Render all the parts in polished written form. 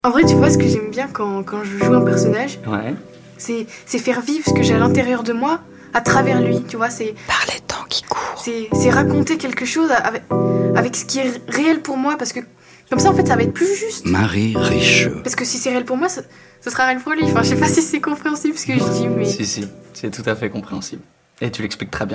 En vrai, tu vois, ce que j'aime bien quand je joue un personnage, Ouais. c'est faire vivre ce que j'ai à l'intérieur de moi à travers lui, tu vois, c'est Par les temps qui courent. c'est raconter quelque chose avec ce qui est réel pour moi, parce que comme ça, en fait, ça va être plus juste. Marie Richeux. Parce que si c'est réel pour moi, ce sera réel pour lui. Enfin, je sais pas si c'est compréhensible ce que je dis, mais... Si, c'est tout à fait compréhensible. Et tu l'expliques très bien.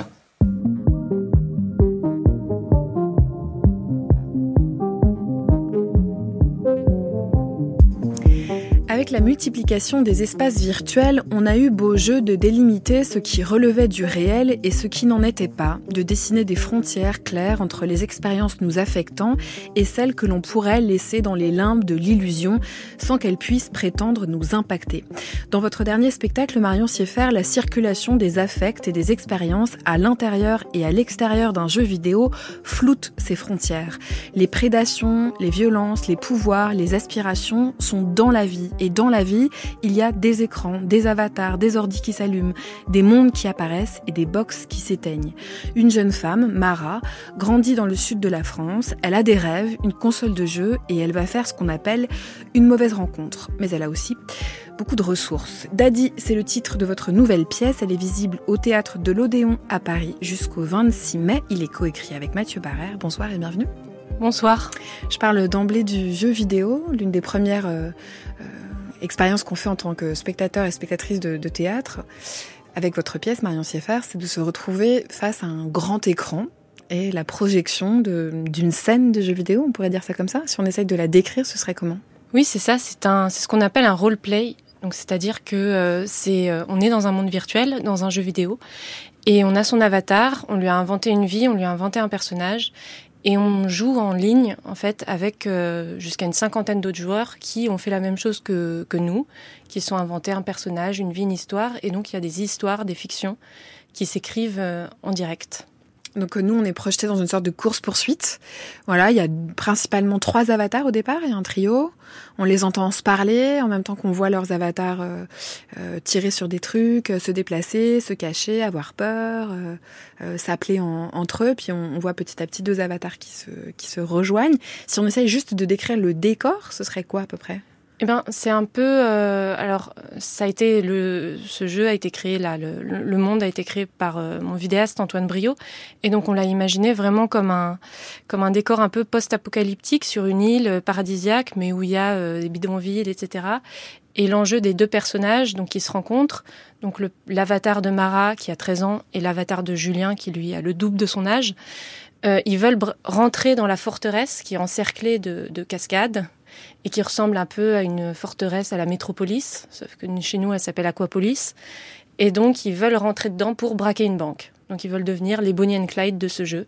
Avec la multiplication des espaces virtuels, on a eu beau jeu de délimiter ce qui relevait du réel et ce qui n'en était pas, de dessiner des frontières claires entre les expériences nous affectant et celles que l'on pourrait laisser dans les limbes de l'illusion sans qu'elles puissent prétendre nous impacter. Dans votre dernier spectacle, Marion Sieffert, la circulation des affects et des expériences à l'intérieur et à l'extérieur d'un jeu vidéo floute ces frontières. Les prédations, les violences, les pouvoirs, les aspirations sont dans la vie. Et dans la vie, il y a des écrans, des avatars, des ordis qui s'allument, des mondes qui apparaissent et des box qui s'éteignent. Une jeune femme, Mara, grandit dans le sud de la France. Elle a des rêves, une console de jeu et elle va faire ce qu'on appelle une mauvaise rencontre. Mais elle a aussi beaucoup de ressources. Daddy, c'est le titre de votre nouvelle pièce. Elle est visible au Théâtre de l'Odéon à Paris jusqu'au 26 mai. Il est coécrit avec Mathieu Barrère. Bonsoir et bienvenue. Bonsoir. Je parle d'emblée du jeu vidéo, l'une des premières expériences qu'on fait en tant que spectateur et spectatrice de théâtre. Avec votre pièce, Marion Sieffert, c'est de se retrouver face à un grand écran et la projection d'une scène de jeu vidéo, on pourrait dire ça comme ça. Si on essaye de la décrire, ce serait comment ? Oui, c'est ça, c'est ce qu'on appelle un role-play. Donc, c'est-à-dire que on est dans un monde virtuel, dans un jeu vidéo, et on a son avatar, on lui a inventé une vie, on lui a inventé un personnage, et on joue en ligne, en fait, avec jusqu'à une 50aine d'autres joueurs qui ont fait la même chose que nous, qui se sont inventés un personnage, une vie, une histoire. Et donc, il y a des histoires, des fictions qui s'écrivent en direct. Donc nous, on est projetés dans une sorte de course-poursuite. Voilà, il y a principalement 3 avatars au départ, il y a un trio. On les entend se parler en même temps qu'on voit leurs avatars tirer sur des trucs, se déplacer, se cacher, avoir peur, s'appeler entre eux. Puis on voit petit à petit 2 avatars qui se rejoignent. Si on essaye juste de décrire le décor, ce serait quoi à peu près ? Eh ben, c'est un peu. Alors, ça a été ce jeu a été créé là. Le monde a été créé par mon vidéaste Antoine Briot, et donc on l'a imaginé vraiment comme un décor un peu post-apocalyptique sur une île paradisiaque, mais où il y a des bidonvilles, etc. Et l'enjeu des 2 personnages, donc qui se rencontrent, donc l'avatar de Mara qui a 13 ans et l'avatar de Julien qui lui a le double de son âge, ils veulent rentrer dans la forteresse qui est encerclée de cascades. Et qui ressemble un peu à une forteresse à la métropolis, sauf que chez nous, elle s'appelle Aquapolis. Et donc, ils veulent rentrer dedans pour braquer une banque. Donc, ils veulent devenir les Bonnie and Clyde de ce jeu.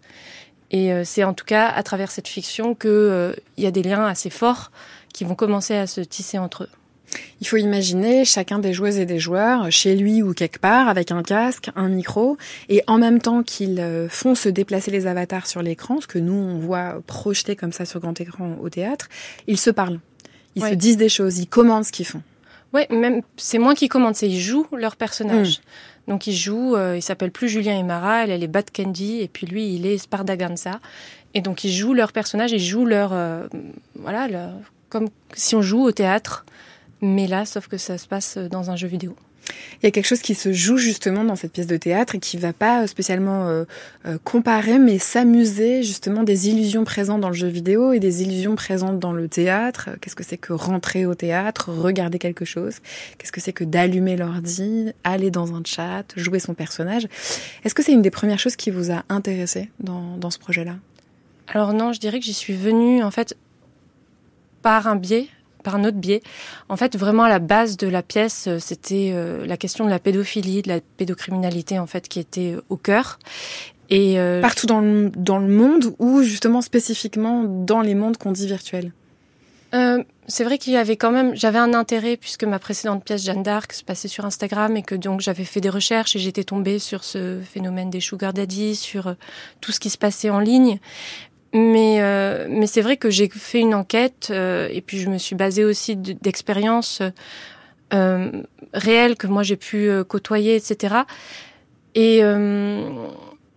Et c'est en tout cas à travers cette fiction qu'il y a des liens assez forts qui vont commencer à se tisser entre eux. Il faut imaginer chacun des joueuses et des joueurs chez lui ou quelque part avec un casque, un micro, et en même temps qu'ils font se déplacer les avatars sur l'écran, ce que nous on voit projeté comme ça sur grand écran au théâtre, ils se parlent, ils se disent des choses, ils commandent ce qu'ils font. Oui, même c'est moins qu'ils commandent, c'est ils jouent leur personnage. Donc ils jouent, ils s'appellent plus Julien et Mara, elle est Bad Candy, et puis lui il est Spardaganza. Et donc ils jouent leur personnage, ils jouent comme si on joue au théâtre. Mais là, sauf que ça se passe dans un jeu vidéo. Il y a quelque chose qui se joue justement dans cette pièce de théâtre et qui ne va pas spécialement comparer, mais s'amuser justement des illusions présentes dans le jeu vidéo et des illusions présentes dans le théâtre. Qu'est-ce que c'est que rentrer au théâtre, regarder quelque chose ? Qu'est-ce que c'est que d'allumer l'ordi, aller dans un chat, jouer son personnage ? Est-ce que c'est une des premières choses qui vous a intéressé dans ce projet-là ? Alors non, je dirais que j'y suis venue en fait par un autre biais. En fait, vraiment à la base de la pièce, c'était la question de la pédophilie, de la pédocriminalité en fait qui était au cœur. Et partout dans le monde ou justement spécifiquement dans les mondes qu'on dit virtuels. C'est vrai j'avais un intérêt puisque ma précédente pièce Jeanne d'Arc se passait sur Instagram et que donc j'avais fait des recherches et j'étais tombée sur ce phénomène des sugar daddy, sur tout ce qui se passait en ligne. Mais c'est vrai que j'ai fait une enquête et puis je me suis basée aussi d'expériences réelles que moi j'ai pu côtoyer, etc. Et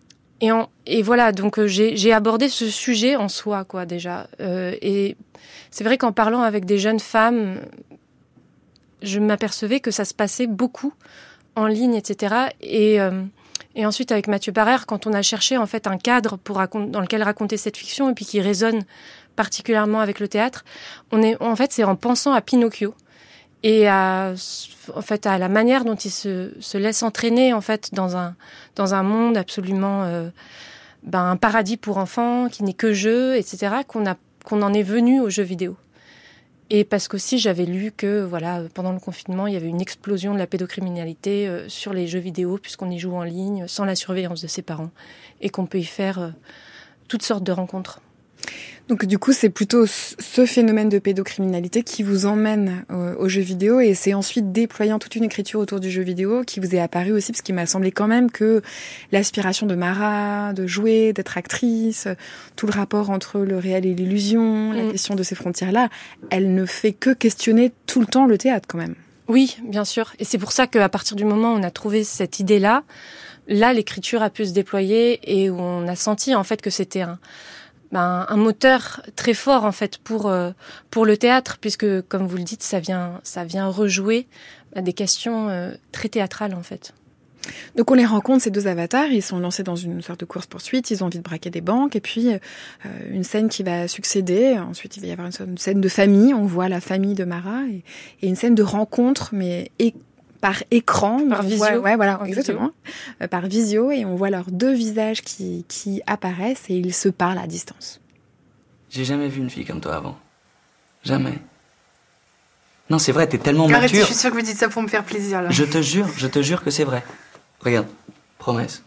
Et voilà, donc j'ai abordé ce sujet en soi, quoi, déjà. Et c'est vrai qu'en parlant avec des jeunes femmes, je m'apercevais que ça se passait beaucoup en ligne, etc. Et ensuite, avec Mathieu Barrère, quand on a cherché en fait un cadre dans lequel raconter cette fiction et puis qui résonne particulièrement avec le théâtre, c'est en pensant à Pinocchio et à la manière dont il se laisse entraîner en fait dans un monde absolument un paradis pour enfants qui n'est que jeu, etc. qu'on en est venu aux jeux vidéo. Et parce qu'aussi j'avais lu que pendant le confinement il y avait une explosion de la pédocriminalité sur les jeux vidéo puisqu'on y joue en ligne sans la surveillance de ses parents et qu'on peut y faire toutes sortes de rencontres. Donc du coup, c'est plutôt ce phénomène de pédocriminalité qui vous emmène aux jeux vidéo et c'est ensuite déployant toute une écriture autour du jeu vidéo qui vous est apparue aussi, parce qu'il m'a semblé quand même que l'aspiration de Mara, de jouer, d'être actrice, tout le rapport entre le réel et l'illusion, la question de ces frontières-là, elle ne fait que questionner tout le temps le théâtre quand même. Oui, bien sûr. Et c'est pour ça qu'à partir du moment où on a trouvé cette idée-là, l'écriture a pu se déployer et où on a senti en fait que c'était un moteur très fort en fait pour le théâtre, puisque comme vous le dites, ça vient rejouer des questions très théâtrales en fait. Donc on les rencontre, ces deux avatars, ils sont lancés dans une sorte de course-poursuite, ils ont envie de braquer des banques, et puis une scène qui va succéder, ensuite il va y avoir une scène de famille, on voit la famille de Mara, et une scène de rencontre, mais par écran, par visio. Exactement. Par visio, et on voit leurs deux visages qui apparaissent et ils se parlent à distance. J'ai jamais vu une fille comme toi avant. Jamais. Non, c'est vrai, t'es tellement Arrêtez, mature. je suis sûre que vous dites ça pour me faire plaisir, là. Je te jure que c'est vrai. Regarde, promesse.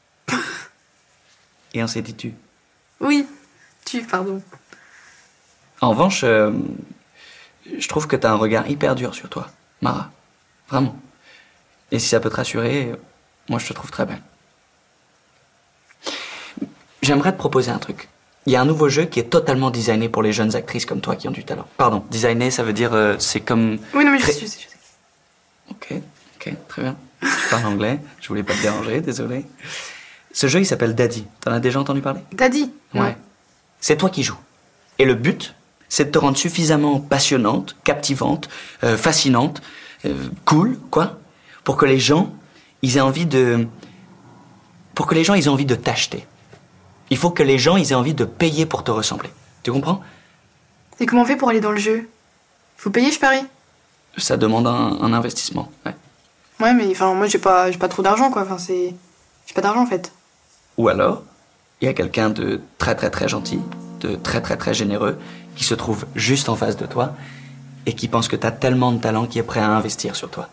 Et on s'est dit tu. Oui, pardon. En revanche, je trouve que t'as un regard hyper dur sur toi, Mara. Vraiment. Et si ça peut te rassurer, moi je te trouve très belle. J'aimerais te proposer un truc. Il y a un nouveau jeu qui est totalement designé pour les jeunes actrices comme toi qui ont du talent. Pardon, designé, ça veut dire c'est comme... Oui, non, mais je sais. Ok, très bien. Je parle anglais, je voulais pas te déranger, désolé. Ce jeu, il s'appelle Daddy. T'en as déjà entendu parler ? Daddy ? Ouais. C'est toi qui joues. Et le but, c'est de te rendre suffisamment passionnante, captivante, fascinante, cool, quoi, pour que les gens, ils aient envie de t'acheter. Il faut que les gens, ils aient envie de payer pour te ressembler. Tu comprends ? Et comment on fait pour aller dans le jeu ? Faut payer, je parie ? Ça demande un investissement, ouais. Ouais, mais moi, j'ai pas trop d'argent, quoi. J'ai pas d'argent, en fait. Ou alors, il y a quelqu'un de très très très gentil, de très très très généreux, qui se trouve juste en face de toi et qui pense que t'as tellement de talent qu'il est prêt à investir sur toi.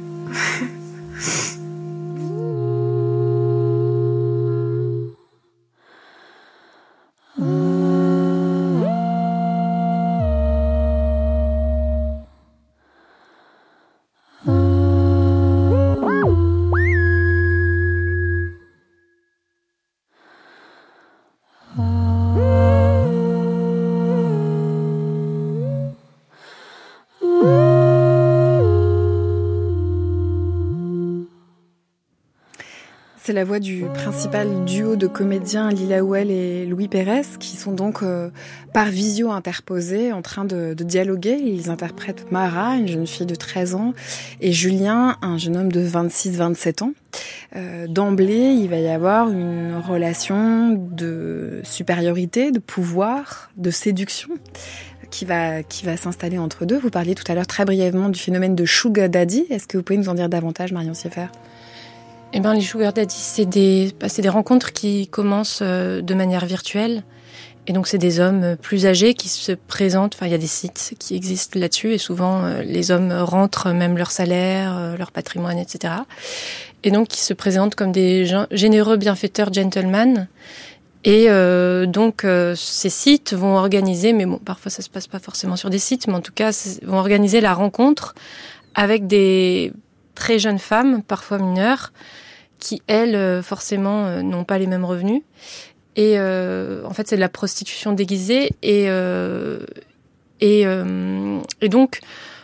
C'est la voix du principal duo de comédiens Lila Houel et Louis Pérez qui sont donc par visio interposés en train de dialoguer. Ils interprètent Mara, une jeune fille de 13 ans, et Julien, un jeune homme de 26-27 ans. D'emblée, il va y avoir une relation de supériorité, de pouvoir, de séduction qui va s'installer entre deux. Vous parliez tout à l'heure très brièvement du phénomène de Sugar Daddy. Est-ce que vous pouvez nous en dire davantage, Marion Sieffert ? Eh ben, les Sugar Daddy, c'est des rencontres qui commencent de manière virtuelle. Et donc, c'est des hommes plus âgés qui se présentent. Enfin, il y a des sites qui existent là-dessus. Et souvent, les hommes rentrent même leur salaire, leur patrimoine, etc. Et donc, qui se présentent comme des généreux bienfaiteurs gentlemen. Et donc, ces sites vont organiser, mais bon, parfois, ça se passe pas forcément sur des sites, mais en tout cas, vont organiser la rencontre avec des très jeunes femmes, parfois mineures, qui, elles, forcément, n'ont pas les mêmes revenus. Et en fait, c'est de la prostitution déguisée. Et donc,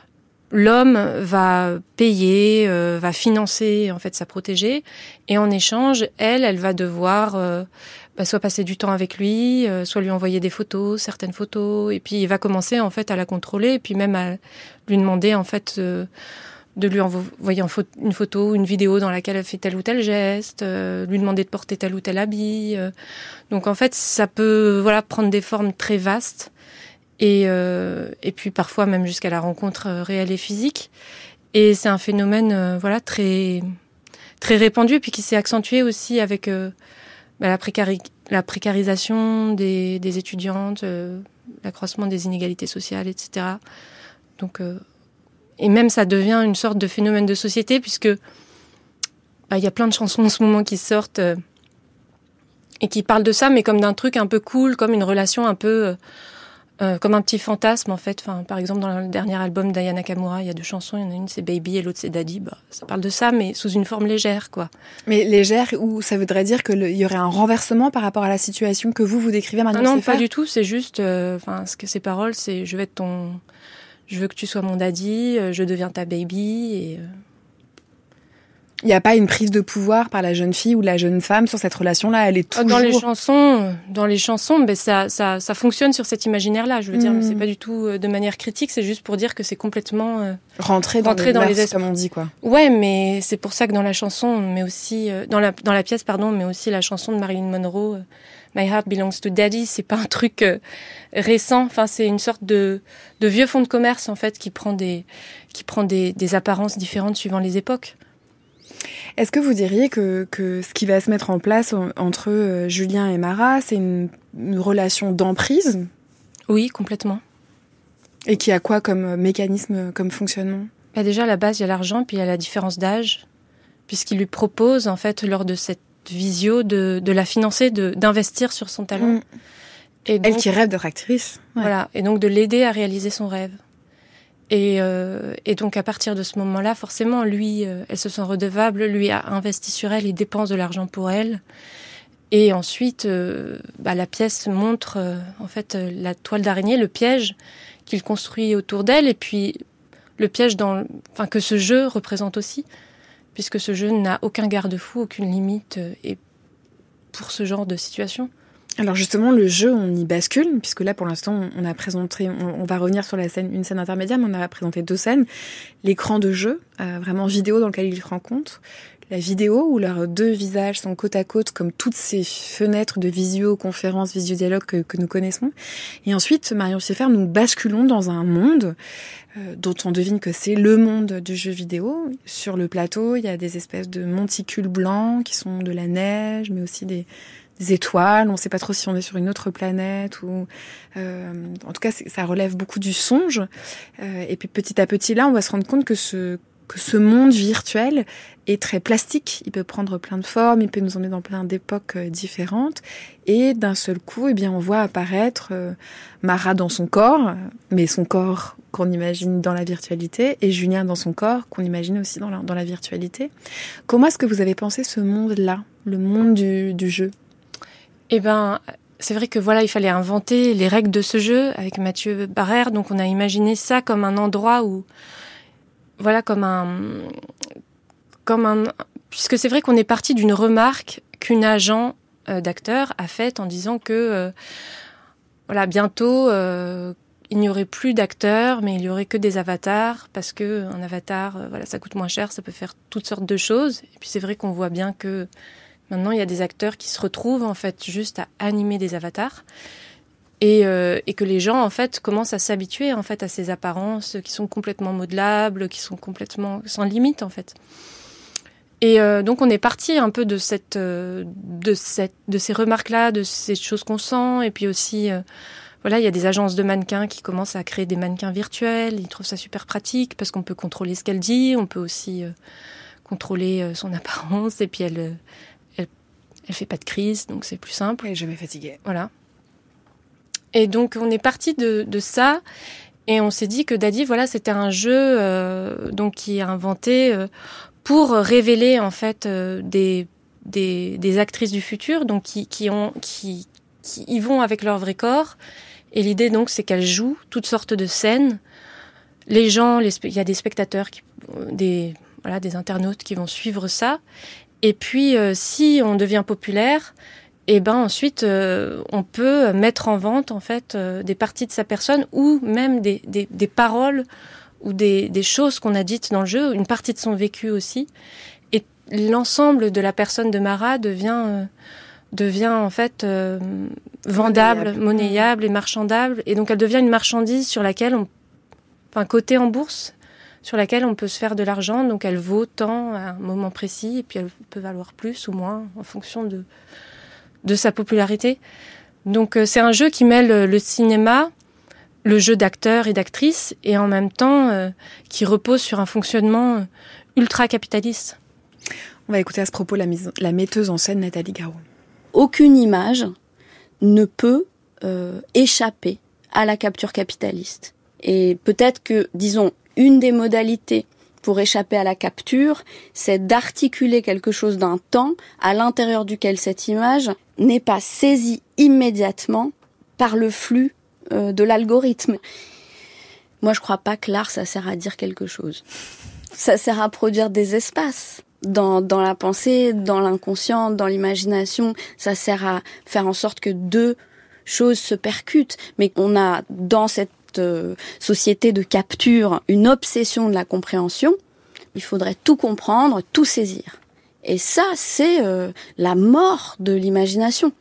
l'homme va payer, va financer en fait sa protégée, et en échange, elle va devoir soit passer du temps avec lui, soit lui envoyer des photos, certaines photos, et puis il va commencer en fait à la contrôler, et puis même à lui demander en fait de lui envoyer une photo, une vidéo dans laquelle elle fait tel ou tel geste, lui demander de porter tel ou tel habit. Donc en fait, ça peut prendre des formes très vastes, et puis parfois même jusqu'à la rencontre réelle et physique. Et c'est un phénomène très très répandu, et puis qui s'est accentué aussi avec la précarisation des étudiantes, l'accroissement des inégalités sociales, etc. Donc, et même ça devient une sorte de phénomène de société, puisque y a plein de chansons en ce moment qui sortent et qui parlent de ça, mais comme d'un truc un peu cool, comme une relation un peu comme un petit fantasme en fait. Enfin, par exemple, dans le dernier album d'Aya Nakamura, il y a 2 chansons, il y en a une c'est Baby et l'autre c'est Daddy. Ça parle de ça, mais sous une forme légère, quoi. Mais légère, ou ça voudrait dire qu'il y aurait un renversement par rapport à la situation que vous décrivez, Marion Sieffert ? Non, pas du tout. C'est juste, ce que ces paroles, c'est je veux que tu sois mon daddy, je deviens ta baby, et il n'y a pas une prise de pouvoir par la jeune fille ou la jeune femme sur cette relation-là, elle est toujours... Dans les chansons, ça fonctionne sur cet imaginaire-là. Je veux dire, c'est pas du tout de manière critique, c'est juste pour dire que c'est complètement rentré dans les esprits, comme on dit, quoi. Ouais, mais c'est pour ça que dans la chanson, mais aussi dans la pièce, mais aussi la chanson de Marilyn Monroe, My Heart Belongs to Daddy, c'est pas un truc récent. Enfin, c'est une sorte de vieux fonds de commerce en fait qui prend des apparences différentes suivant les époques. Est-ce que vous diriez que ce qui va se mettre en place entre Julien et Mara, c'est une relation d'emprise ? Oui, complètement. Et qui a quoi comme mécanisme, comme fonctionnement ? Déjà, à la base, il y a l'argent, puis il y a la différence d'âge, puisqu'il lui propose, en fait, lors de cette visio, de la financer, d'investir sur son talent. Et donc, elle qui rêve d'être actrice. Ouais. Voilà, et donc de l'aider à réaliser son rêve. Et donc, à partir de ce moment-là, forcément, lui, elle se sent redevable, lui a investi sur elle et dépense de l'argent pour elle. Et ensuite, la pièce montre, en fait, la toile d'araignée, le piège qu'il construit autour d'elle, et puis le piège que ce jeu représente aussi, puisque ce jeu n'a aucun garde-fou, aucune limite, et pour ce genre de situation. Alors justement, le jeu, on y bascule, puisque là, pour l'instant, on a présenté, on va revenir sur une scène intermédiaire, mais on a présenté 2 scènes. L'écran de jeu, vraiment vidéo dans lequel ils se rencontrent. La vidéo où leurs 2 visages sont côte à côte, comme toutes ces fenêtres de visioconférence, visiodialogue que nous connaissons. Et ensuite, Marion Sieffert, nous basculons dans un monde dont on devine que c'est le monde du jeu vidéo. Sur le plateau, il y a des espèces de monticules blancs qui sont de la neige, mais aussi des étoiles. On ne sait pas trop si on est sur une autre planète ou en tout cas ça relève beaucoup du songe. Et puis petit à petit là, on va se rendre compte que ce monde virtuel est très plastique. Il peut prendre plein de formes, il peut nous emmener dans plein d'époques différentes. Et d'un seul coup, on voit apparaître Mara dans son corps, mais son corps qu'on imagine dans la virtualité, et Julien dans son corps qu'on imagine aussi dans la virtualité. Comment est-ce que vous avez pensé ce monde-là, le monde du jeu ? C'est vrai que il fallait inventer les règles de ce jeu avec Mathieu Barrère, donc on a imaginé ça comme un endroit où, puisque c'est vrai qu'on est parti d'une remarque qu'une agent d'acteur a faite en disant que, bientôt, il n'y aurait plus d'acteurs, mais il y aurait que des avatars, parce que un avatar, ça coûte moins cher, ça peut faire toutes sortes de choses. Et puis c'est vrai qu'on voit bien que maintenant, il y a des acteurs qui se retrouvent, en fait, juste à animer des avatars. Et que les gens, en fait, commencent à s'habituer, en fait, à ces apparences qui sont complètement modelables, qui sont complètement sans limite, en fait. Et donc, on est parti un peu de ces remarques-là, de ces choses qu'on sent. Et puis aussi, il y a des agences de mannequins qui commencent à créer des mannequins virtuels. Ils trouvent ça super pratique parce qu'on peut contrôler ce qu'elle dit. On peut aussi contrôler son apparence. Et puis, elle fait pas de crise, donc c'est plus simple. Elle est jamais fatiguée. Voilà. Et donc, on est parti de ça, et on s'est dit que Daddy, c'était un jeu qui est inventé pour révéler, en fait, des actrices du futur, donc qui y vont avec leur vrai corps. Et l'idée, donc, c'est qu'elles jouent toutes sortes de scènes, il y a des spectateurs, des internautes qui vont suivre ça. Et puis, si on devient populaire, ensuite, on peut mettre en vente, en fait, des parties de sa personne ou même des paroles ou des choses qu'on a dites dans le jeu, une partie de son vécu aussi. Et l'ensemble de la personne de Mara devient en fait vendable, monnayable et marchandable. Et donc, elle devient une marchandise sur laquelle cotée en bourse, sur laquelle on peut se faire de l'argent. Donc, elle vaut tant à un moment précis, et puis elle peut valoir plus ou moins en fonction de sa popularité. Donc, c'est un jeu qui mêle le cinéma, le jeu d'acteurs et d'actrices, et en même temps qui repose sur un fonctionnement ultra-capitaliste. On va écouter à ce propos la metteuse en scène Nathalie Garot. Aucune image ne peut échapper à la capture capitaliste. Et peut-être que, disons, une des modalités pour échapper à la capture, c'est d'articuler quelque chose d'un temps à l'intérieur duquel cette image n'est pas saisie immédiatement par le flux de l'algorithme. Moi, je crois pas que l'art, ça sert à dire quelque chose. Ça sert à produire des espaces dans la pensée, dans l'inconscient, dans l'imagination. Ça sert à faire en sorte que deux choses se percutent. Mais on a, dans cette société de capture, une obsession de la compréhension. Il faudrait tout comprendre, tout saisir. Et ça, c'est la mort de l'imagination.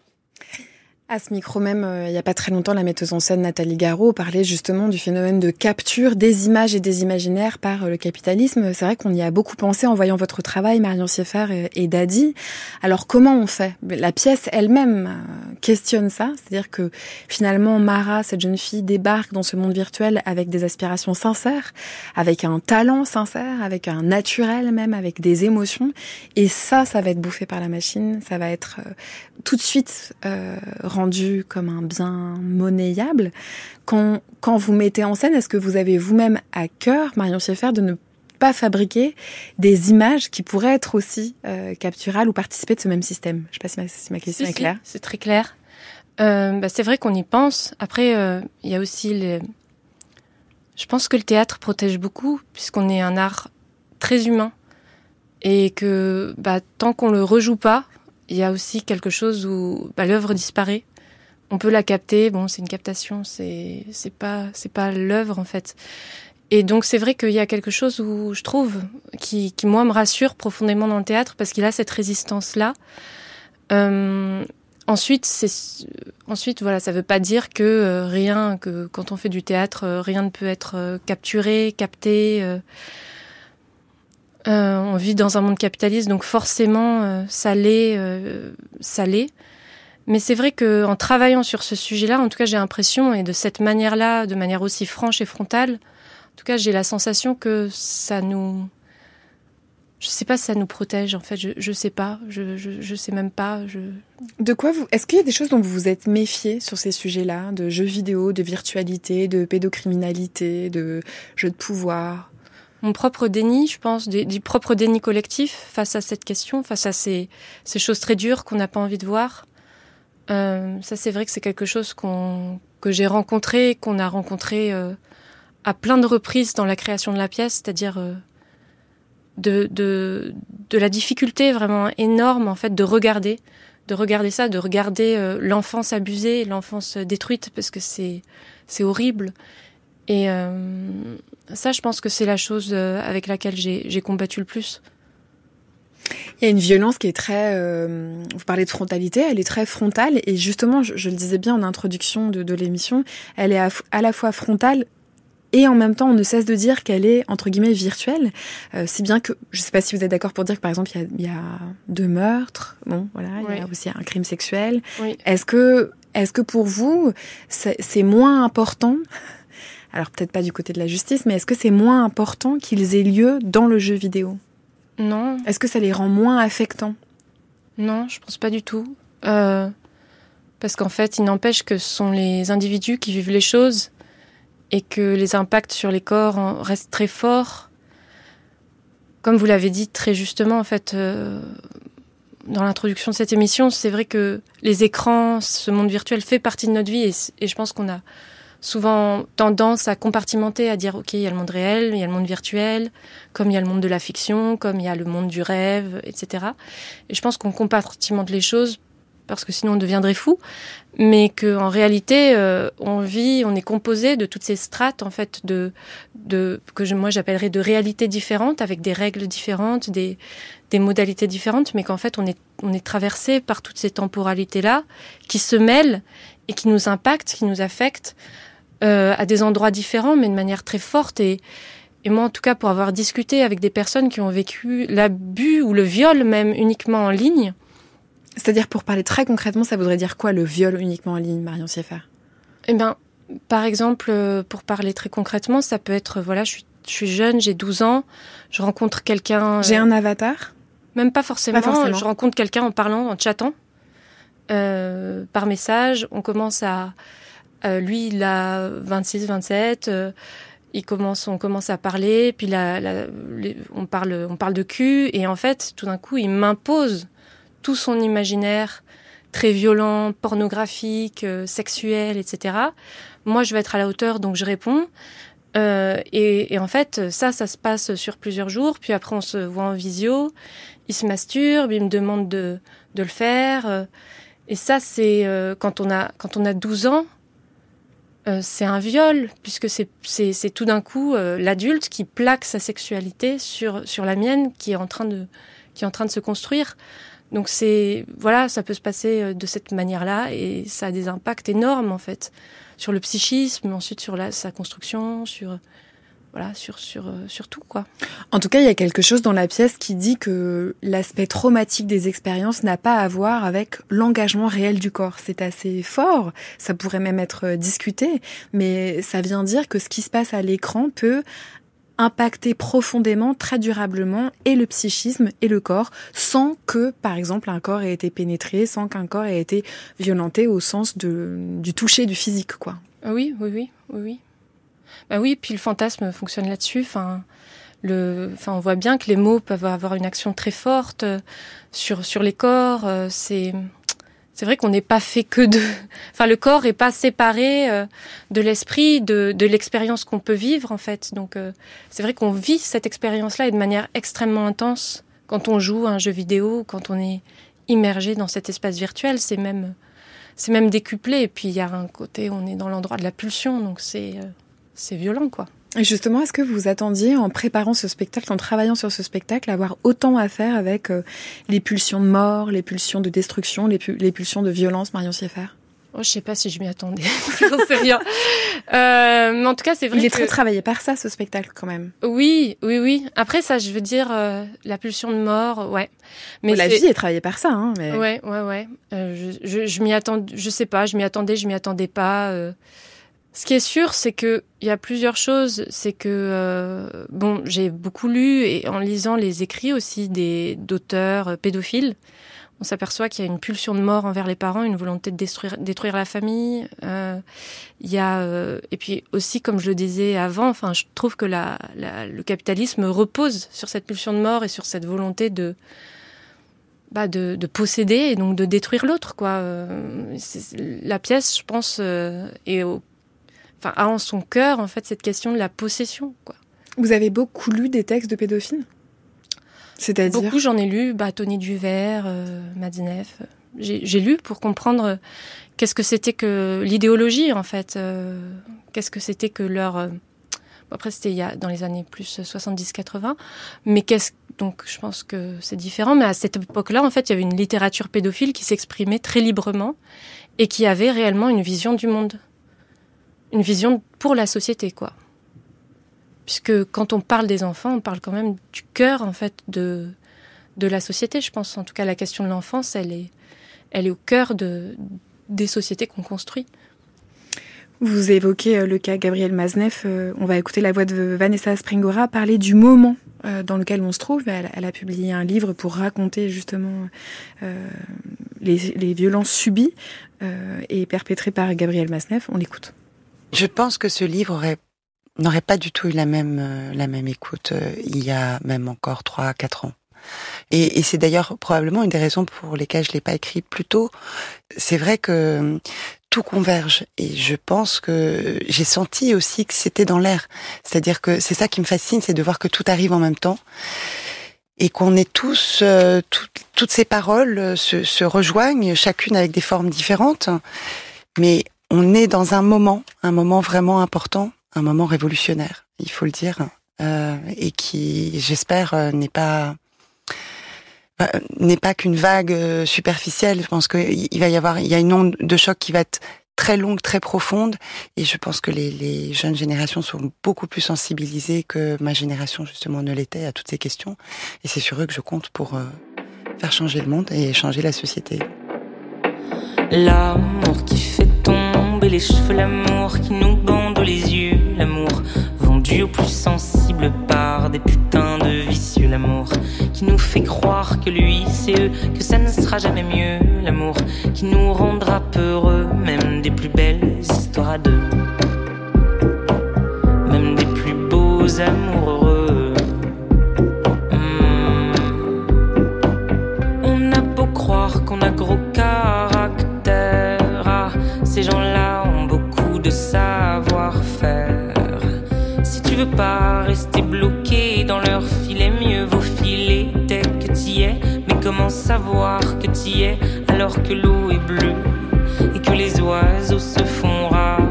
À ce micro même, il n'y a pas très longtemps, la metteuse en scène Nathalie Garot parlait justement du phénomène de capture des images et des imaginaires par le capitalisme. C'est vrai qu'on y a beaucoup pensé en voyant votre travail, Marion Sieffert et Dadi. Alors comment on fait ? La pièce elle-même questionne ça, c'est-à-dire que finalement Mara, cette jeune fille, débarque dans ce monde virtuel avec des aspirations sincères, avec un talent sincère, avec un naturel même, avec des émotions. Et ça va être bouffé par la machine, ça va être tout de suite rendu comme un bien monnayable. Quand vous mettez en scène, est-ce que vous avez vous-même à cœur, Marion Sieffert, de ne pas fabriquer des images qui pourraient être aussi capturables ou participer de ce même système ? Je ne sais pas si ma question est claire. Si, c'est très clair. C'est vrai qu'on y pense. Après, il y a aussi je pense que le théâtre protège beaucoup, puisqu'on est un art très humain. Et que tant qu'on le rejoue pas, il y a aussi quelque chose où l'œuvre disparaît. On peut la capter, c'est une captation, c'est pas l'œuvre en fait. Et donc c'est vrai qu'il y a quelque chose où je trouve qui moi me rassure profondément dans le théâtre parce qu'il a cette résistance-là. Ensuite voilà, ça veut pas dire que quand on fait du théâtre, rien ne peut être capturé, capté. On vit dans un monde capitaliste, donc forcément, ça l'est. Mais c'est vrai qu'en travaillant sur ce sujet-là, en tout cas, j'ai l'impression, et de cette manière-là, de manière aussi franche et frontale, en tout cas, j'ai la sensation que ça nous... Je sais pas si ça nous protège, en fait. Je sais pas. Je sais même pas. De quoi est-ce qu'il y a des choses dont vous vous êtes méfié sur ces sujets-là, de jeux vidéo, de virtualité, de pédocriminalité, de jeux de pouvoir ? Mon propre déni, je pense, du propre déni collectif face à cette question, face à ces choses très dures qu'on n'a pas envie de voir. Ça, c'est vrai que c'est quelque chose que j'ai rencontré, qu'on a rencontré à plein de reprises dans la création de la pièce, c'est-à-dire de la difficulté vraiment énorme en fait de regarder ça, de regarder l'enfance abusée, l'enfance détruite, parce que c'est horrible. Et ça, je pense que c'est la chose avec laquelle j'ai combattu le plus. Il y a une violence qui est très... vous parlez de frontalité, elle est très frontale. Et justement, je le disais bien en introduction de l'émission, elle est à la fois frontale et en même temps, on ne cesse de dire qu'elle est, entre guillemets, virtuelle. Si bien que, je ne sais pas si vous êtes d'accord pour dire que, par exemple, il y a 2 meurtres, il y a aussi un crime sexuel. Oui. Est-ce que pour vous, c'est moins important... Alors peut-être pas du côté de la justice, mais est-ce que c'est moins important qu'ils aient lieu dans le jeu vidéo ? Non. Est-ce que ça les rend moins affectants ? Non, je pense pas du tout. Parce qu'en fait, il n'empêche que ce sont les individus qui vivent les choses et que les impacts sur les corps restent très forts. Comme vous l'avez dit très justement, en fait, dans l'introduction de cette émission, c'est vrai que les écrans, ce monde virtuel fait partie de notre vie et je pense qu'on a souvent tendance à compartimenter, à dire ok, il y a le monde réel, il y a le monde virtuel, comme il y a le monde de la fiction, comme il y a le monde du rêve, etc. Et je pense qu'on compartimente les choses parce que sinon on deviendrait fou, mais qu'en réalité, on est composé de toutes ces strates en fait moi j'appellerais de réalités différentes, avec des règles différentes, des modalités différentes, mais qu'en fait on est traversé par toutes ces temporalités-là qui se mêlent et qui nous impactent, qui nous affectent à des endroits différents, mais de manière très forte. Et moi, en tout cas, pour avoir discuté avec des personnes qui ont vécu l'abus ou le viol même uniquement en ligne. C'est-à-dire, pour parler très concrètement, ça voudrait dire quoi, le viol uniquement en ligne, Marion Sieffert ? Eh bien, par exemple, pour parler très concrètement, ça peut être, voilà, je suis jeune, j'ai 12 ans, je rencontre quelqu'un... J'ai un avatar ? Même pas forcément. Je rencontre quelqu'un en parlant, en chattant, par message. On commence à... lui, il a 26, 27... on commence à parler, puis on parle de cul, et en fait, tout d'un coup, il m'impose tout son imaginaire très violent, pornographique, sexuel, etc. Moi, je vais être à la hauteur, donc je réponds. Et en fait, ça se passe sur plusieurs jours, puis après, on se voit en visio, il se masturbe, il me demande de le faire. Et ça, c'est quand on a 12 ans, c'est un viol, puisque c'est tout d'un coup l'adulte qui plaque sa sexualité sur la mienne, qui est en train de se construire. Donc ça peut se passer de cette manière-là, et ça a des impacts énormes en fait sur le psychisme, ensuite sur sa construction, sur tout, quoi. En tout cas, il y a quelque chose dans la pièce qui dit que l'aspect traumatique des expériences n'a pas à voir avec l'engagement réel du corps. C'est assez fort, ça pourrait même être discuté, mais ça vient dire que ce qui se passe à l'écran peut impacter profondément, très durablement, et le psychisme et le corps, sans que, par exemple, un corps ait été pénétré, sans qu'un corps ait été violenté au sens du toucher, du physique, quoi. Oui. Bah oui, puis le fantasme fonctionne là-dessus. On voit bien que les mots peuvent avoir une action très forte sur les corps. C'est vrai qu'on n'est pas fait que de... le corps n'est pas séparé de l'esprit, de l'expérience qu'on peut vivre, en fait. Donc, c'est vrai qu'on vit cette expérience-là et de manière extrêmement intense quand on joue à un jeu vidéo, quand on est immergé dans cet espace virtuel. C'est même décuplé. Et puis, il y a un côté, on est dans l'endroit de la pulsion, donc c'est violent, quoi. Et justement, est-ce que vous attendiez, en préparant ce spectacle, en travaillant sur ce spectacle, avoir autant à faire avec les pulsions de mort, les pulsions de destruction, les pulsions de violence, Marion Sieffert ? Oh, je sais pas si je m'y attendais. J'en sais rien. Mais en tout cas, c'est vrai Il est très travaillé par ça, ce spectacle, quand même. Oui. Après, ça, je veux dire, la pulsion de mort, ouais. Mais la vie est travaillée par ça, hein. Mais... Ouais. Je m'y attendais, je sais pas, je m'y attendais pas. Ce qui est sûr, c'est que il y a plusieurs choses. C'est que j'ai beaucoup lu, et en lisant les écrits aussi d'auteurs pédophiles, on s'aperçoit qu'il y a une pulsion de mort envers les parents, une volonté de détruire la famille. Il y a et puis aussi, comme je le disais avant, je trouve que le capitalisme repose sur cette pulsion de mort et sur cette volonté de posséder et donc de détruire l'autre, quoi. La pièce, je pense, a en son cœur, en fait, cette question de la possession, quoi. Vous avez beaucoup lu des textes de pédophiles ? C'est-à-dire ? Beaucoup, j'en ai lu, Tony Duvert, Madzenev. J'ai lu pour comprendre qu'est-ce que c'était que l'idéologie, en fait. Qu'est-ce que c'était que leur... après, c'était dans les années plus 70-80. Mais donc, je pense que c'est différent. Mais à cette époque-là, en fait, il y avait une littérature pédophile qui s'exprimait très librement et qui avait réellement une vision du monde. Une vision pour la société, quoi. Puisque quand on parle des enfants, on parle quand même du cœur, en fait, de la société, je pense. En tout cas, la question de l'enfance, elle est au cœur des sociétés qu'on construit. Vous évoquez le cas Gabriel Maznev. On va écouter la voix de Vanessa Springora parler du moment dans lequel on se trouve. Elle a publié un livre pour raconter justement les violences subies et perpétrées par Gabriel Maznev. On l'écoute. Je pense que ce livre n'aurait pas du tout eu la même écoute il y a même encore 3-4 ans. Et c'est d'ailleurs probablement une des raisons pour lesquelles je l'ai pas écrit plus tôt. C'est vrai que tout converge. Et je pense que j'ai senti aussi que c'était dans l'air. C'est-à-dire que c'est ça qui me fascine, c'est de voir que tout arrive en même temps. Et qu'on est tous, toutes ces paroles se rejoignent, chacune avec des formes différentes. Mais on est dans un moment vraiment important, un moment révolutionnaire, il faut le dire. Et qui, j'espère, n'est pas qu'une vague superficielle. Je pense qu'il va y avoir, il y a une onde de choc qui va être très longue, très profonde, et je pense que les jeunes générations sont beaucoup plus sensibilisées que ma génération justement ne l'était à toutes ces questions. Et c'est sur eux que je compte pour faire changer le monde et changer la société. L'amour qui fait tomber les cheveux, l'amour qui nous bande les yeux, l'amour vendu aux plus sensibles par des putains de vicieux, l'amour qui nous fait croire que lui c'est eux, que ça ne sera jamais mieux, l'amour qui nous rendra peureux, même des plus belles histoires à deux, même des plus beaux amours heureux. On a beau croire qu'on a gros caractère, ces gens-là ont beaucoup de savoir-faire. Si tu veux pas rester bloqué dans leur filet, mieux vaut filer dès que t'y es. Mais comment savoir que t'y es alors que l'eau est bleue et que les oiseaux se font rares?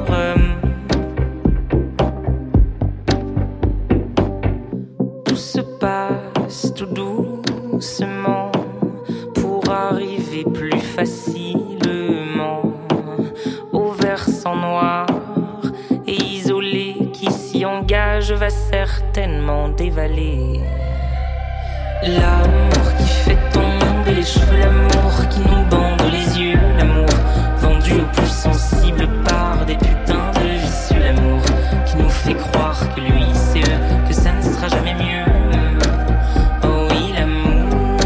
Tout se passe tout doucement pour arriver plus facilement au versant noir et isolé qui s'y engage va certainement dévaler. L'amour qui fait tomber les cheveux, l'amour qui nous bande les yeux, l'amour vendu aux plus sensibles par des putains de vicieux, l'amour qui nous fait croire que lui c'est eux, que ça ne sera jamais mieux. Oh oui, l'amour.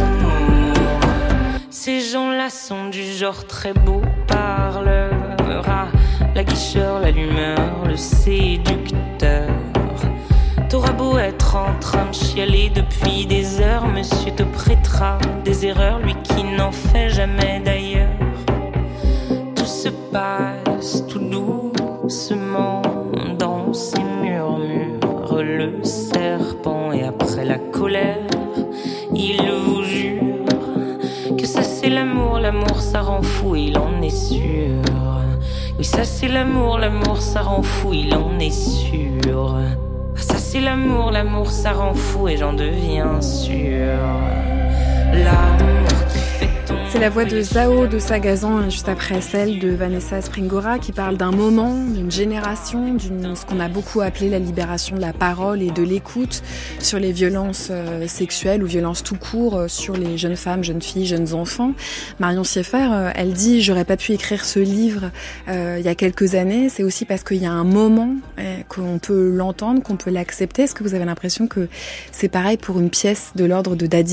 Ces gens-là sont du genre très beau parleur, la guicheur, l'allumeur, le séducteur. T'auras beau être en train de chialer depuis des heures, monsieur te prêtera des erreurs, lui qui n'en fait jamais d'ailleurs. Tout se passe tout doucement dans ces murmures, le serpent et après la colère, il vous jure que ça c'est l'amour, l'amour ça rend fou, il en est sûr. Oui, ça c'est l'amour, l'amour ça rend fou, il en est sûr. Ça c'est l'amour, l'amour ça rend fou et j'en deviens sûr. L'amour qui fait tomber. C'est la voix de Zao de Sagazan, juste après celle de Vanessa Springora, qui parle d'un moment, d'une génération, ce qu'on a beaucoup appelé la libération de la parole et de l'écoute sur les violences sexuelles ou violences tout court sur les jeunes femmes, jeunes filles, jeunes enfants. Marion Sieffert, elle dit « J'aurais pas pu écrire ce livre il y a quelques années, c'est aussi parce qu'il y a un moment qu'on peut l'entendre, qu'on peut l'accepter. » Est-ce que vous avez l'impression que c'est pareil pour une pièce de l'ordre de Dadi ?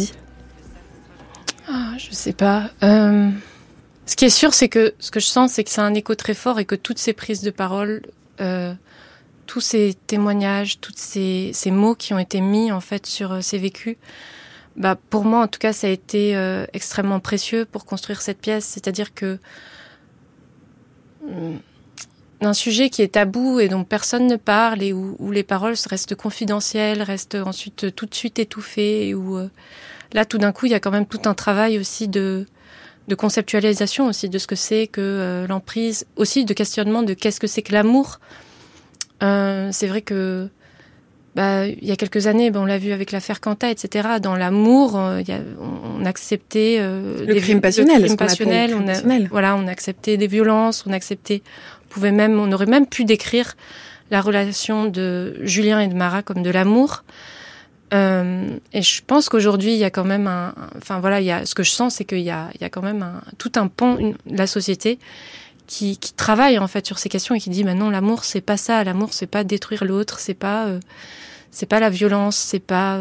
Je sais pas. Ce qui est sûr, c'est que ce que je sens, c'est que c'est un écho très fort et que toutes ces prises de parole, tous ces témoignages, tous ces mots qui ont été mis en fait sur ces vécus, pour moi en tout cas, ça a été extrêmement précieux pour construire cette pièce. C'est-à-dire que d'un sujet qui est tabou et dont personne ne parle et où les paroles restent confidentielles, restent ensuite tout de suite étouffées, et où là, tout d'un coup, il y a quand même tout un travail aussi de conceptualisation aussi de ce que c'est que l'emprise, aussi de questionnement de qu'est-ce que c'est que l'amour. C'est vrai que il y a quelques années, on l'a vu avec l'affaire Quentin, etc. Dans l'amour, on acceptait le crime passionnel. On acceptait des violences, on aurait même pu décrire la relation de Julien et de Mara comme de l'amour. Et je pense qu'aujourd'hui, il y a quand même ce que je sens, c'est qu'il y a quand même tout un pan de la société qui travaille en fait sur ces questions et qui dit non, l'amour c'est pas ça, l'amour c'est pas détruire l'autre, c'est pas la violence, c'est pas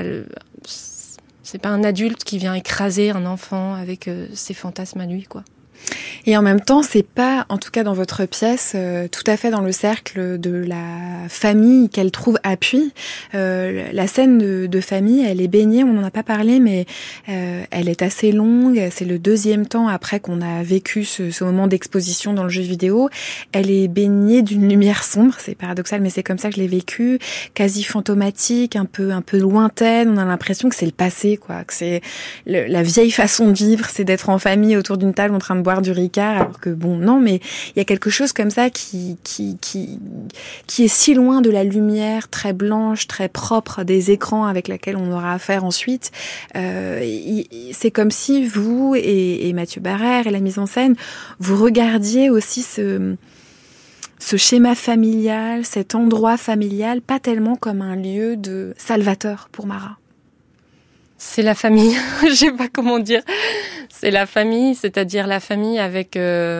un adulte qui vient écraser un enfant avec ses fantasmes à lui, quoi. Et en même temps, c'est pas, en tout cas dans votre pièce, tout à fait dans le cercle de la famille qu'elle trouve appui. La scène de famille, elle est baignée, on n'en a pas parlé, mais elle est assez longue. C'est le deuxième temps après qu'on a vécu ce moment d'exposition dans le jeu vidéo. Elle est baignée d'une lumière sombre, c'est paradoxal, mais c'est comme ça que je l'ai vécu, quasi fantomatique, un peu lointaine. On a l'impression que c'est le passé, quoi, que c'est la vieille façon de vivre, c'est d'être en famille autour d'une table en train de boire du Ricard, alors que bon, non, mais il y a quelque chose comme ça qui est si loin de la lumière très blanche, très propre des écrans avec laquelle on aura affaire ensuite. C'est comme si vous et Mathieu Barrère et la mise en scène, vous regardiez aussi ce schéma familial, cet endroit familial, pas tellement comme un lieu de salvateur pour Mara. C'est la famille, je sais pas comment dire. C'est la famille, c'est-à-dire la famille avec.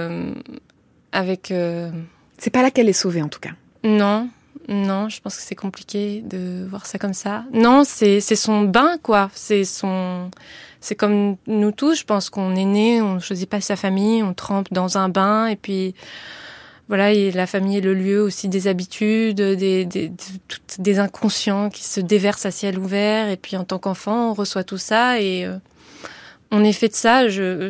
C'est pas là qu'elle est sauvée en tout cas. Non, je pense que c'est compliqué de voir ça comme ça. Non, c'est son bain, quoi. C'est comme nous tous, je pense qu'on est né, on choisit pas sa famille, on trempe dans un bain et puis. Voilà, et la famille est le lieu aussi des habitudes, des inconscients qui se déversent à ciel ouvert. Et puis en tant qu'enfant, on reçoit tout ça et on est fait de ça.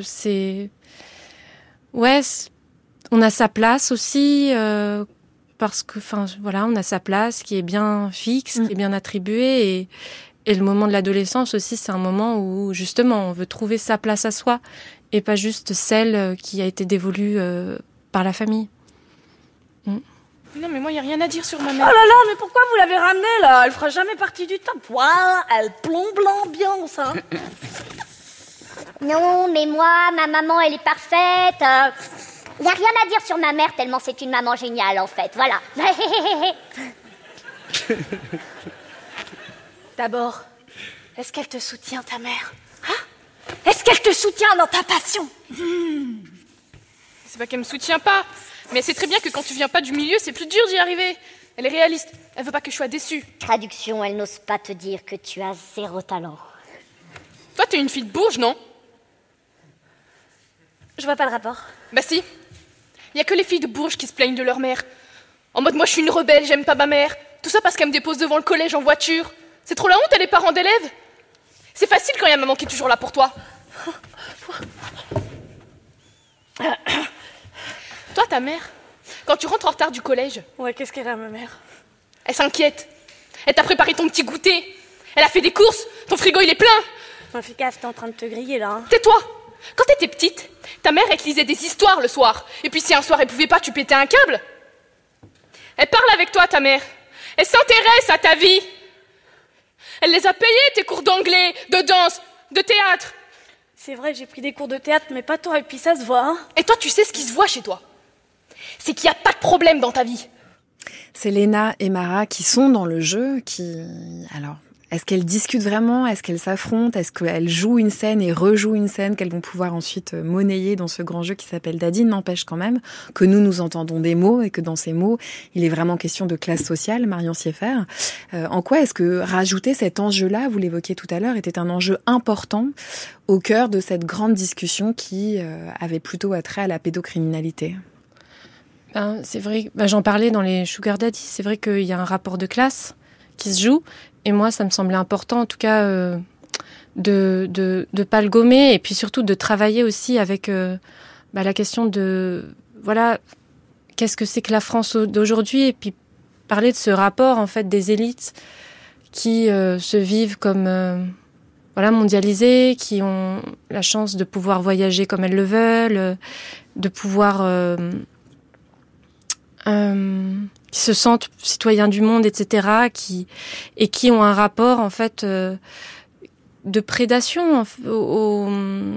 On a sa place aussi parce que, on a sa place qui est bien fixe, qui est bien attribuée. Et le moment de l'adolescence aussi, c'est un moment où justement on veut trouver sa place à soi et pas juste celle qui a été dévolue par la famille. Non, mais moi, il n'y a rien à dire sur ma mère. Oh là là, mais pourquoi vous l'avez ramenée, là? Elle fera jamais partie du top. Voilà, elle plombe l'ambiance, hein. Non, mais moi, ma maman, elle est parfaite. Il n'y a rien à dire sur ma mère, tellement c'est une maman géniale, en fait. Voilà. D'abord, est-ce qu'elle te soutient, ta mère? Hein? Est-ce qu'elle te soutient dans ta passion? C'est pas qu'elle me soutient pas. Mais c'est très bien que quand tu viens pas du milieu, c'est plus dur d'y arriver. Elle est réaliste. Elle veut pas que je sois déçue. Traduction, elle n'ose pas te dire que tu as 0 talent. Toi, t'es une fille de Bourges, non? Je vois pas le rapport. Bah si. Il y a que les filles de Bourges qui se plaignent de leur mère. En mode, moi je suis une rebelle, j'aime pas ma mère. Tout ça parce qu'elle me dépose devant le collège en voiture. C'est trop la honte, elle est parents d'élèves. C'est facile quand il y a maman qui est toujours là pour toi. Toi, ta mère, quand tu rentres en retard du collège... Ouais, qu'est-ce qu'elle a, ma mère? Elle s'inquiète. Elle t'a préparé ton petit goûter. Elle a fait des courses. Ton frigo, il est plein. Non, fais gaffe, t'es en train de te griller, là. Hein. Tais-toi. Quand t'étais petite, ta mère, elle te lisait des histoires le soir. Et puis si un soir, elle pouvait pas, tu pétais un câble. Elle parle avec toi, ta mère. Elle s'intéresse à ta vie. Elle les a payés, tes cours d'anglais, de danse, de théâtre. C'est vrai, j'ai pris des cours de théâtre, mais pas toi, et puis ça se voit, hein. Et toi, tu sais ce qui se voit chez toi. C'est qu'il n'y a pas de problème dans ta vie. C'est Léna et Mara qui sont dans le jeu, Alors, est-ce qu'elles discutent vraiment? Est-ce qu'elles s'affrontent? Est-ce qu'elles jouent une scène et rejouent une scène qu'elles vont pouvoir ensuite monnayer dans ce grand jeu qui s'appelle Dadine? N'empêche quand même que nous entendons des mots et que dans ces mots, il est vraiment question de classe sociale, Marion Sieffert. En quoi est-ce que rajouter cet enjeu-là, vous l'évoquiez tout à l'heure, était un enjeu important au cœur de cette grande discussion qui avait plutôt attrait à la pédocriminalité? C'est vrai, j'en parlais dans les Sugar Daddy, c'est vrai qu'il y a un rapport de classe qui se joue, et moi ça me semblait important en tout cas de pas le gommer, et puis surtout de travailler aussi avec la question de, voilà, qu'est-ce que c'est que la France d'aujourd'hui, et puis parler de ce rapport en fait des élites qui se vivent comme mondialisées, qui ont la chance de pouvoir voyager comme elles le veulent, de pouvoir... qui se sentent citoyens du monde, etc., qui ont un rapport en fait de prédation aux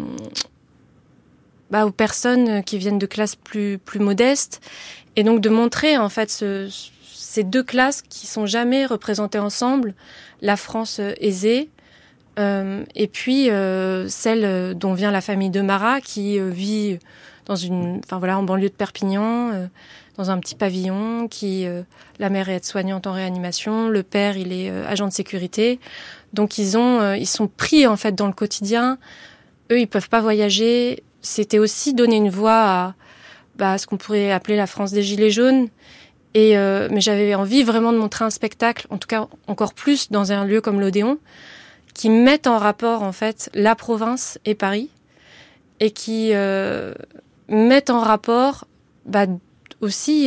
personnes qui viennent de classes plus modestes, et donc de montrer en fait ces deux classes qui sont jamais représentées ensemble, la France aisée et puis celle dont vient la famille de Mara, qui vit en banlieue de Perpignan, dans un petit pavillon, la mère est aide-soignante en réanimation, le père il est agent de sécurité, donc ils sont pris en fait dans le quotidien. Eux ils peuvent pas voyager, c'était aussi donner une voix à ce qu'on pourrait appeler la France des Gilets jaunes. Mais j'avais envie vraiment de montrer un spectacle, en tout cas encore plus dans un lieu comme l'Odéon, qui mette en rapport en fait la province et Paris, et qui mettent en rapport aussi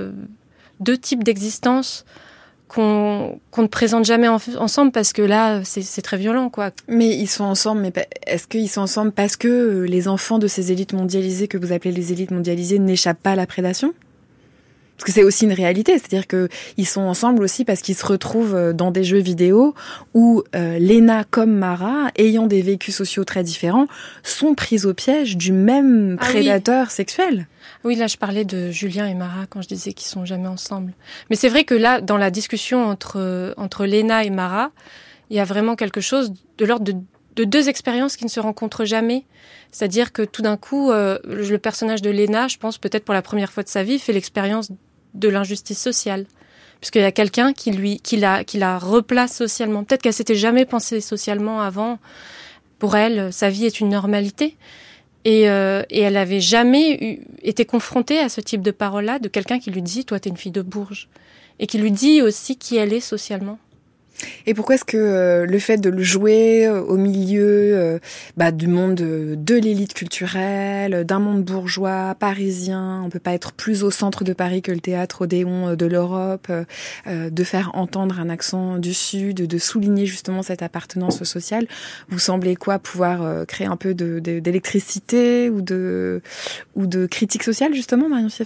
deux types d'existence qu'on ne présente jamais ensemble, parce que là, c'est très violent, quoi. Mais ils sont ensemble, mais est-ce qu'ils sont ensemble parce que les enfants de ces élites mondialisées, que vous appelez les élites mondialisées, n'échappent pas à la prédation ? Parce que c'est aussi une réalité, c'est-à-dire qu'ils sont ensemble aussi parce qu'ils se retrouvent dans des jeux vidéo où Léna comme Mara, ayant des vécus sociaux très différents, sont prises au piège du même prédateur sexuel. Oui, là je parlais de Julien et Mara quand je disais qu'ils sont jamais ensemble. Mais c'est vrai que là, dans la discussion entre Léna et Mara, il y a vraiment quelque chose de l'ordre de deux expériences qui ne se rencontrent jamais. C'est-à-dire que tout d'un coup, le personnage de Léna, je pense peut-être pour la première fois de sa vie, fait l'expérience de l'injustice sociale. Puisqu'il y a quelqu'un qui la replace socialement. Peut-être qu'elle s'était jamais pensée socialement avant. Pour elle, sa vie est une normalité. Et elle avait jamais été confrontée à ce type de paroles-là, de quelqu'un qui lui dit « Toi, t'es une fille de Bourges ». Et qui lui dit aussi qui elle est socialement. Et pourquoi est-ce que le fait de le jouer au milieu du monde de l'élite culturelle, d'un monde bourgeois, parisien, on peut pas être plus au centre de Paris que le théâtre Odéon de l'Europe, de faire entendre un accent du Sud, de souligner justement cette appartenance sociale, vous semblez pouvoir créer un peu d'électricité ou de critique sociale justement, Marion Sieffert ?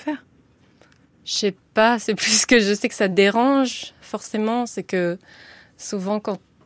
Je sais pas, c'est plus que je sais que ça dérange, forcément, c'est que souvent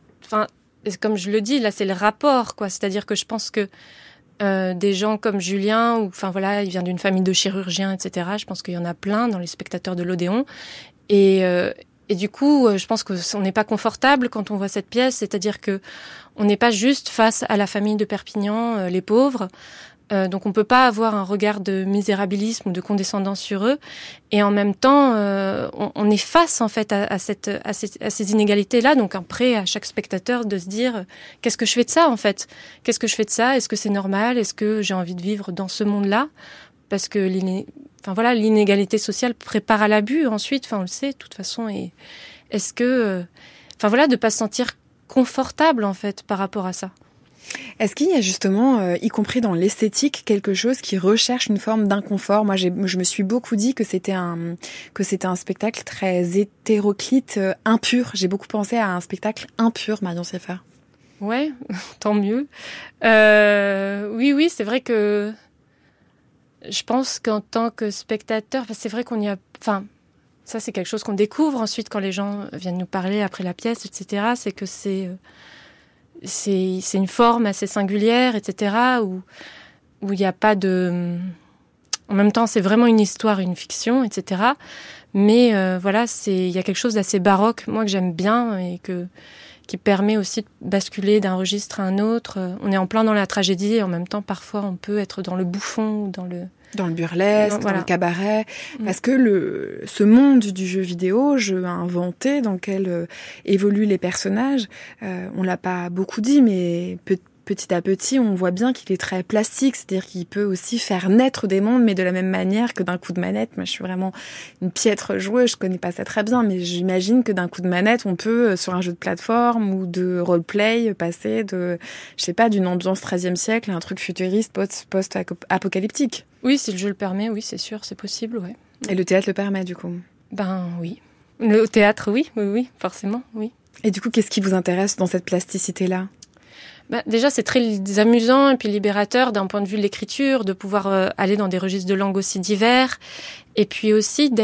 comme je le dis, là c'est le rapport, quoi. C'est-à-dire que je pense que des gens comme Julien, il vient d'une famille de chirurgiens, etc. Je pense qu'il y en a plein dans les spectateurs de l'Odéon. Et du coup, je pense qu'on n'est pas confortable quand on voit cette pièce. C'est-à-dire que on n'est pas juste face à la famille de Perpignan, les pauvres. Donc on peut pas avoir un regard de misérabilisme ou de condescendance sur eux, et en même temps on est face en fait à ces inégalités-là. Donc après, à chaque spectateur de se dire qu'est-ce que je fais de ça en fait ? Qu'est-ce que je fais de ça ? Est-ce que c'est normal ? Est-ce que j'ai envie de vivre dans ce monde-là ? Parce que l'inégalité sociale prépare à l'abus ensuite. On le sait de toute façon. Et est-ce que de pas se sentir confortable en fait par rapport à ça. Est-ce qu'il y a justement, y compris dans l'esthétique, quelque chose qui recherche une forme d'inconfort ? Moi, je me suis beaucoup dit que c'était un spectacle très hétéroclite, impur. J'ai beaucoup pensé à un spectacle impur, Marion Sieffert. Ouais, tant mieux. Oui, c'est vrai que je pense qu'en tant que spectateur, c'est vrai qu'on y a... ça, c'est quelque chose qu'on découvre ensuite quand les gens viennent nous parler après la pièce, etc. C'est que c'est une forme assez singulière, etc., où il n'y a pas de... En même temps, c'est vraiment une histoire, une fiction, etc. Mais il y a quelque chose d'assez baroque, moi, que j'aime bien, et qui permet aussi de basculer d'un registre à un autre. On est en plein dans la tragédie, et en même temps, parfois, on peut être dans le bouffon, ou dans le burlesque, dans le cabaret, parce que ce monde du jeu vidéo, jeu inventé dans lequel évoluent les personnages, on l'a pas beaucoup dit, mais petit à petit, on voit bien qu'il est très plastique, c'est-à-dire qu'il peut aussi faire naître des mondes, mais de la même manière que d'un coup de manette. Moi, je suis vraiment une piètre joueuse, je connais pas ça très bien, mais j'imagine que d'un coup de manette, on peut, sur un jeu de plateforme ou de roleplay, passer d'une ambiance 13e siècle à un truc futuriste, post-apocalyptique. Oui, si le jeu le permet, oui, c'est sûr, c'est possible, ouais. Et le théâtre le permet, du coup ? Oui. Le théâtre, oui, forcément, oui. Et du coup, qu'est-ce qui vous intéresse dans cette plasticité-là ? Déjà, c'est très amusant et puis libérateur d'un point de vue de l'écriture, de pouvoir aller dans des registres de langue aussi divers, et puis aussi de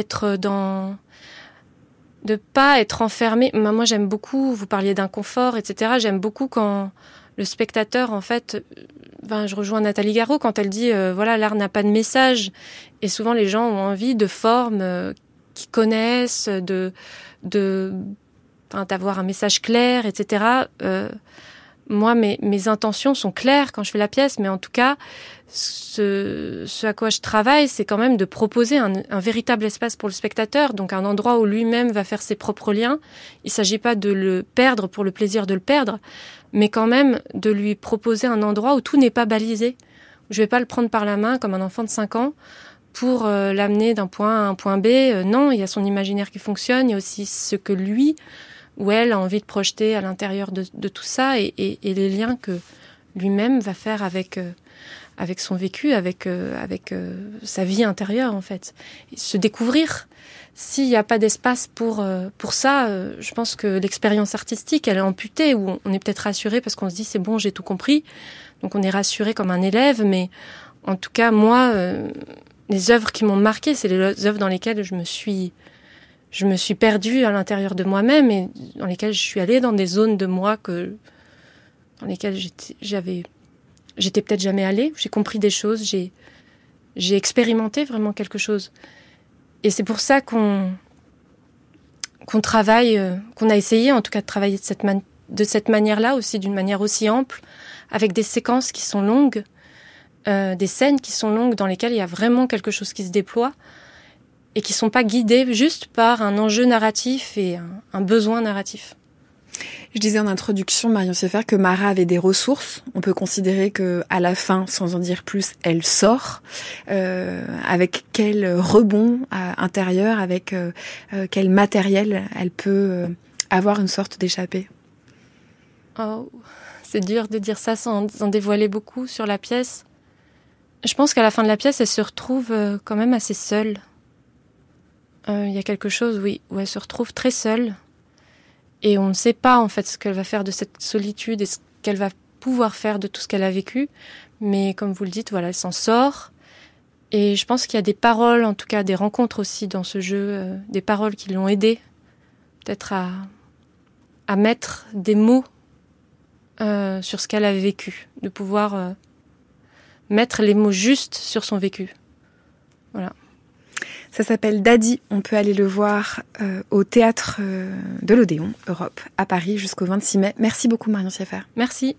pas être enfermé. Moi, j'aime beaucoup, vous parliez d'inconfort, etc. J'aime beaucoup quand le spectateur, en fait, je rejoins Nathalie Garot quand elle dit, l'art n'a pas de message. Et souvent, les gens ont envie de formes qu'ils connaissent, d'avoir un message clair, etc. Moi, mes intentions sont claires quand je fais la pièce, mais en tout cas, ce à quoi je travaille, c'est quand même de proposer un véritable espace pour le spectateur, donc un endroit où lui-même va faire ses propres liens. Il ne s'agit pas de le perdre pour le plaisir de le perdre, mais quand même de lui proposer un endroit où tout n'est pas balisé, Je vais pas le prendre par la main comme un enfant de 5 ans pour l'amener d'un point A à un point B. Non, il y a son imaginaire qui fonctionne, il y a aussi ce que lui ou elle a envie de projeter à l'intérieur de tout ça et les liens que lui-même va faire avec son vécu, avec sa vie intérieure en fait. Et se découvrir. S'il n'y a pas d'espace pour ça, je pense que l'expérience artistique, elle est amputée, où on est peut-être rassuré parce qu'on se dit c'est bon, j'ai tout compris. Donc on est rassuré comme un élève, mais en tout cas, moi, les œuvres qui m'ont marquée, c'est les œuvres dans lesquelles je me suis perdue à l'intérieur de moi-même et dans lesquelles je suis allée dans des zones de moi dans lesquelles j'étais peut-être jamais allée. J'ai compris des choses, j'ai expérimenté vraiment quelque chose. Et c'est pour ça qu'on travaille, qu'on a essayé en tout cas de travailler de cette manière-là aussi, d'une manière aussi ample, avec des séquences qui sont longues, des scènes qui sont longues dans lesquelles il y a vraiment quelque chose qui se déploie et qui sont pas guidées juste par un enjeu narratif et un besoin narratif. Je disais en introduction, Marion Sieffert, que Mara avait des ressources. On peut considérer que, à la fin, sans en dire plus, elle sort. Avec quel rebond intérieur, avec quel matériel elle peut avoir une sorte d'échappée. Oh, c'est dur de dire ça sans dévoiler beaucoup sur la pièce. Je pense qu'à la fin de la pièce, elle se retrouve quand même assez seule. Il y a quelque chose, oui, où elle se retrouve très seule. Et on ne sait pas en fait ce qu'elle va faire de cette solitude et ce qu'elle va pouvoir faire de tout ce qu'elle a vécu. Mais comme vous le dites, voilà, elle s'en sort. Et je pense qu'il y a des paroles, en tout cas des rencontres aussi dans ce jeu, des paroles qui l'ont aidée peut-être à mettre des mots sur ce qu'elle a vécu, de pouvoir mettre les mots justes sur son vécu. Voilà. Ça s'appelle Daddy. On peut aller le voir au théâtre de l'Odéon Europe à Paris jusqu'au 26 mai. Merci beaucoup Marion Sieffert. Merci.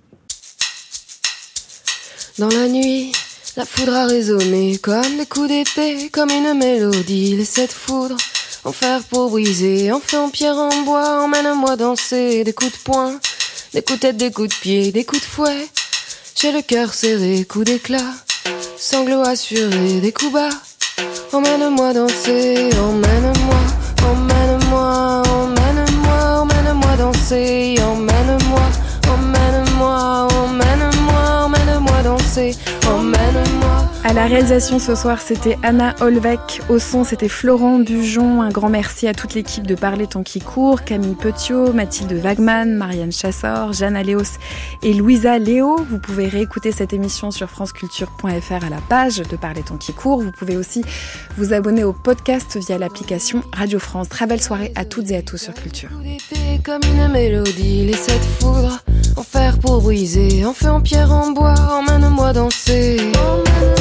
Dans la nuit, la foudre a résonné comme des coups d'épée, comme une mélodie. Les sept foudres en fer pour briser, en feu, en pierre, en bois. Emmène-moi danser, des coups de poing, des coups de tête, des coups de pied, des coups de fouet. J'ai le cœur serré, coups d'éclat, sanglots assurés, des coups bas. Emmène-moi danser, emmène-moi, emmène-moi, emmène-moi, emmène-moi danser, emmène-moi, emmène-moi, emmène-moi, emmène-moi danser, emmène-moi. À la réalisation ce soir, c'était Anna Olvec. Au son, c'était Florent Bujon. Un grand merci à toute l'équipe de Parler Temps qui court, Camille Petiot, Mathilde Wagman, Marianne Chassor, Jeanne Aléos et Louisa Léo. Vous pouvez réécouter cette émission sur franceculture.fr à la page de Parler Temps qui court. Vous pouvez aussi vous abonner au podcast via l'application Radio France. Très belle soirée à toutes et à tous sur Culture. Comme une mélodie, les sept foudres en fer pour briser, en feu, en pierre, en bois. Emmène-moi danser.